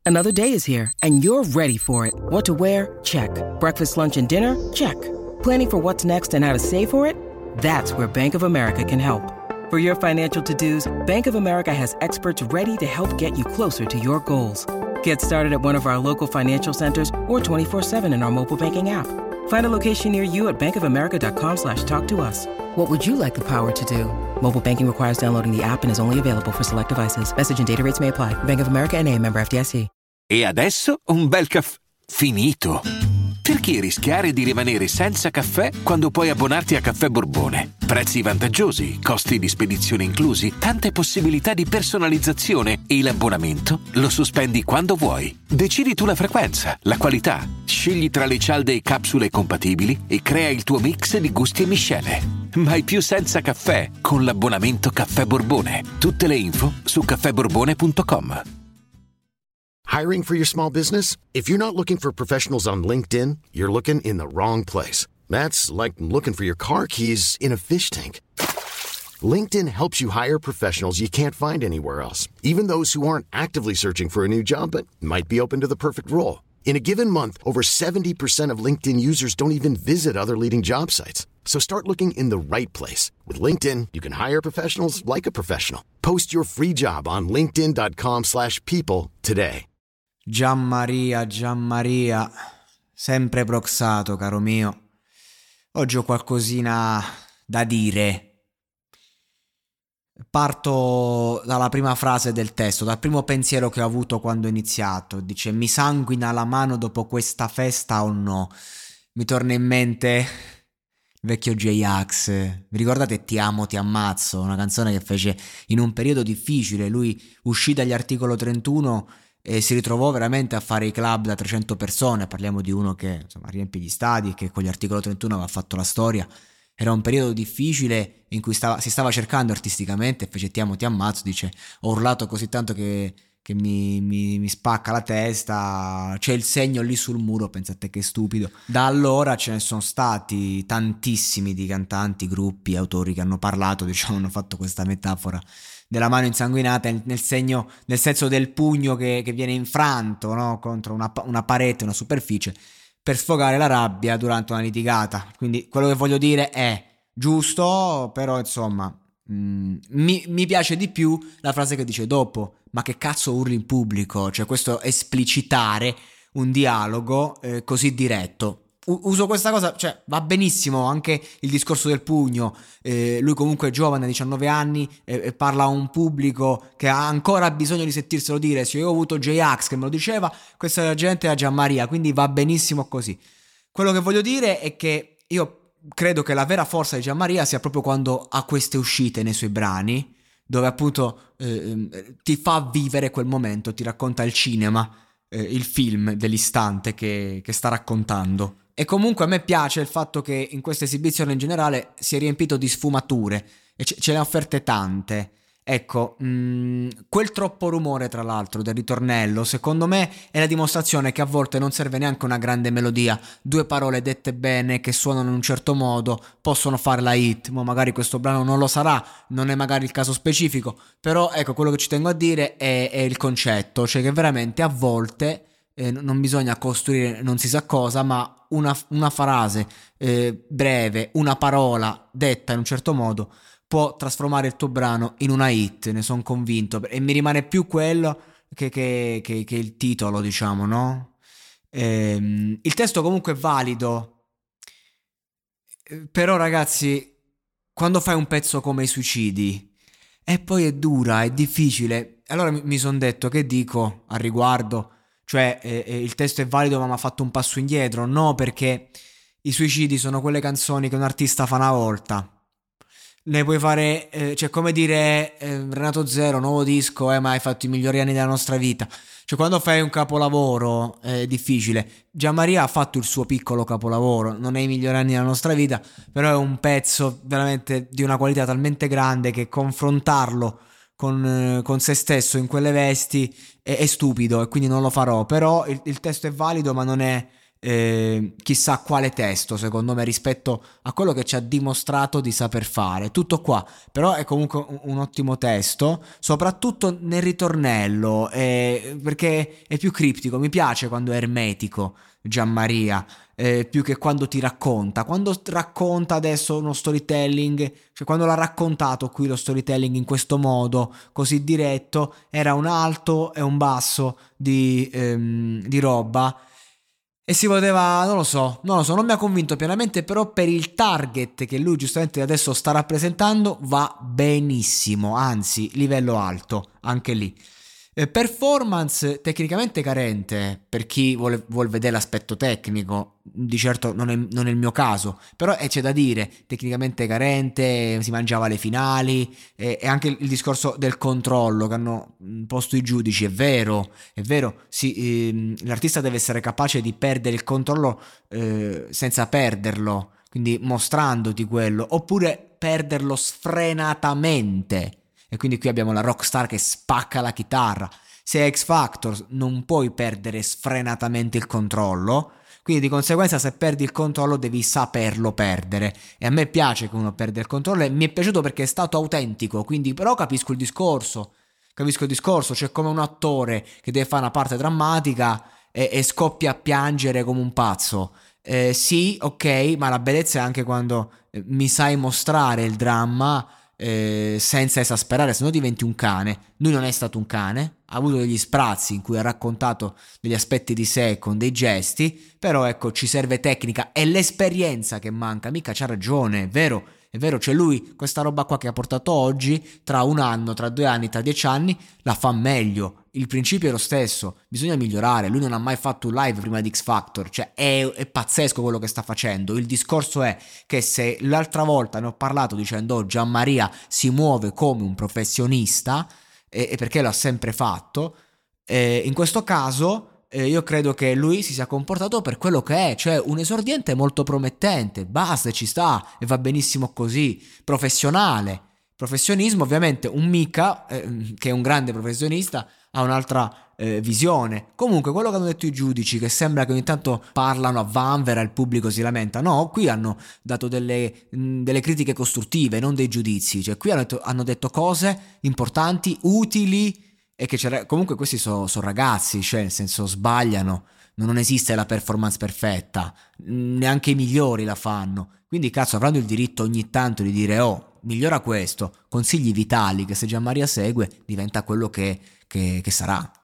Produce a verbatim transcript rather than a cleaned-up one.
Another day is here, and you're ready for it. What to wear? Check. Breakfast, lunch, and dinner? Check. Planning for what's next and how to save for it? That's where Bank of America can help. For your financial to-dos, Bank of America has experts ready to help get you closer to your goals. Get started at one of our local financial centers or twenty-four seven in our mobile banking app. Find a location near you at bankofamerica.com slash talk to us. What would you like the power to do? Mobile banking requires downloading the app and is only available for select devices. Message and data rates may apply. Bank of America N A, member F D I C. E adesso un bel caffè finito. Perché rischiare di rimanere senza caffè quando puoi abbonarti a Caffè Borbone? Prezzi vantaggiosi, costi di spedizione inclusi, tante possibilità di personalizzazione e l'abbonamento lo sospendi quando vuoi. Decidi tu la frequenza, la qualità, scegli tra le cialde e capsule compatibili e crea il tuo mix di gusti e miscele. Mai più senza caffè con l'abbonamento Caffè Borbone. Tutte le info su caffè borbone punto com. Hiring for your small business? If you're not looking for professionals on LinkedIn, you're looking in the wrong place. That's like looking for your car keys in a fish tank. LinkedIn helps you hire professionals you can't find anywhere else, even those who aren't actively searching for a new job but might be open to the perfect role. In a given month, over seventy percent of LinkedIn users don't even visit other leading job sites. So start looking in the right place. With LinkedIn, you can hire professionals like a professional. Post your free job on linkedin dot com slash people today. Gianmaria, Gianmaria, sempre proxato, caro mio. Oggi ho qualcosina da dire. Parto dalla prima frase del testo, dal primo pensiero che ho avuto quando ho iniziato. Dice: mi sanguina la mano dopo questa festa o no? Mi torna in mente il vecchio J-Ax. Vi ricordate Ti amo, ti ammazzo? Una canzone che fece in un periodo difficile. Lui uscì dagli Articolo trentuno e si ritrovò veramente a fare i club da trecento persone. Parliamo di uno che insomma riempie gli stadi, che con gli Articolo trentuno aveva fatto la storia. Era un periodo difficile in cui stava, si stava cercando artisticamente, fece Ti amo, ti ammazzo, dice: ho urlato così tanto che, che mi, mi, mi spacca la testa, c'è il segno lì sul muro, pensate che stupido. Da allora ce ne sono stati tantissimi di cantanti, gruppi, autori che hanno parlato, diciamo, hanno fatto questa metafora della mano insanguinata nel segno, nel senso del pugno che, che viene infranto, no? Contro una, una parete, una superficie, per sfogare la rabbia durante una litigata. Quindi quello che voglio dire è giusto, però insomma mh, mi, mi piace di più la frase che dice dopo: ma che cazzo urli in pubblico? Cioè questo esplicitare un dialogo eh, così diretto. Uso questa cosa, cioè va benissimo anche il discorso del pugno. Eh, lui comunque è giovane, diciannove anni, e, e parla a un pubblico che ha ancora bisogno di sentirselo dire. Se io ho avuto J-Ax che me lo diceva, questa gente è a Gianmaria, quindi va benissimo così. Quello che voglio dire è che io credo che la vera forza di Gianmaria sia proprio quando ha queste uscite nei suoi brani, dove appunto eh, ti fa vivere quel momento, ti racconta il cinema, eh, il film dell'istante che, che sta raccontando. E comunque a me piace il fatto che in questa esibizione in generale si è riempito di sfumature e ce, ce ne ha offerte tante. Ecco, mh, quel troppo rumore tra l'altro del ritornello secondo me è la dimostrazione che a volte non serve neanche una grande melodia. Due parole dette bene che suonano in un certo modo possono fare la hit. Ma magari questo brano non lo sarà, non è magari il caso specifico, però ecco, quello che ci tengo a dire è, è il concetto, cioè che veramente a volte Eh, non bisogna costruire non si sa cosa, ma una, una frase eh, breve, una parola detta in un certo modo può trasformare il tuo brano in una hit, ne sono convinto, e mi rimane più quello che, che, che, che il titolo, diciamo, no? Ehm, il testo comunque è valido, eh, però ragazzi, quando fai un pezzo come I Suicidi e poi è dura, è difficile, allora mi, mi sono detto, che dico al riguardo? Cioè eh, eh, il testo è valido ma mi ha fatto un passo indietro? No, perché I Suicidi sono quelle canzoni che un artista fa una volta. Ne puoi fare, eh, cioè come dire eh, Renato Zero, nuovo disco, eh, ma hai fatto i migliori anni della nostra vita. Cioè quando fai un capolavoro è difficile. Gianmaria ha fatto il suo piccolo capolavoro, non è i migliori anni della nostra vita, però è un pezzo veramente di una qualità talmente grande che confrontarlo Con, con se stesso in quelle vesti è, è stupido, e quindi non lo farò. Però il, il testo è valido, ma non è eh, chissà quale testo, secondo me, rispetto a quello che ci ha dimostrato di saper fare. Tutto qua, però è comunque un, un ottimo testo, soprattutto nel ritornello, eh, perché è più criptico, mi piace quando è ermetico Gianmaria, eh, più che quando ti racconta. Quando racconta adesso uno storytelling, cioè quando l'ha raccontato qui lo storytelling in questo modo così diretto, era un alto e un basso di, ehm, di roba, e si poteva, non lo so, non lo so, non mi ha convinto pienamente, però per il target che lui giustamente adesso sta rappresentando va benissimo, anzi livello alto anche lì. Eh, performance tecnicamente carente per chi vuole, vuol vedere l'aspetto tecnico, di certo non è, non è il mio caso, però eh, c'è da dire, tecnicamente carente, si mangiava le finali, eh, e anche il discorso del controllo che hanno posto i giudici, è vero, è vero, sì, ehm, l'artista deve essere capace di perdere il controllo eh, senza perderlo, quindi mostrandoti quello, oppure perderlo sfrenatamente. E quindi qui abbiamo la rockstar che spacca la chitarra. Se è X Factor non puoi perdere sfrenatamente il controllo, quindi di conseguenza se perdi il controllo devi saperlo perdere, e a me piace che uno perde il controllo, e mi è piaciuto perché è stato autentico, quindi però capisco il discorso, capisco il discorso, cioè come un attore che deve fare una parte drammatica e, e scoppia a piangere come un pazzo. Eh, sì, ok, ma la bellezza è anche quando eh, mi sai mostrare il dramma Eh, senza esasperare, se no diventi un cane. Lui non è stato un cane, ha avuto degli sprazzi in cui ha raccontato degli aspetti di sé con dei gesti, però ecco, ci serve tecnica, è l'esperienza che manca. Mica c'ha ragione, è vero, è vero, c'è lui, questa roba qua che ha portato oggi, tra un anno, tra due anni, tra dieci anni la fa meglio. Il principio è lo stesso, bisogna migliorare. Lui non ha mai fatto un live prima di X Factor, cioè è, è pazzesco quello che sta facendo. Il discorso è che se l'altra volta ne ho parlato dicendo oh, Gianmaria si muove come un professionista, e, e perché l'ha sempre fatto, eh, in questo caso eh, io credo che lui si sia comportato per quello che è, cioè un esordiente molto promettente, basta, ci sta e va benissimo così, professionale. Professionismo, ovviamente un Mika, eh, che è un grande professionista, ha un'altra eh, visione. Comunque quello che hanno detto i giudici, che sembra che ogni tanto parlano a vanvera, il pubblico si lamenta, no, qui hanno dato delle, mh, delle critiche costruttive, non dei giudizi, cioè qui hanno detto, hanno detto cose importanti, utili, e che c'era, comunque questi sono so ragazzi, cioè nel senso sbagliano, non esiste la performance perfetta, neanche i migliori la fanno, quindi cazzo avranno il diritto ogni tanto di dire oh, migliora questo, consigli vitali che se Gianmaria segue diventa quello che, che, che sarà.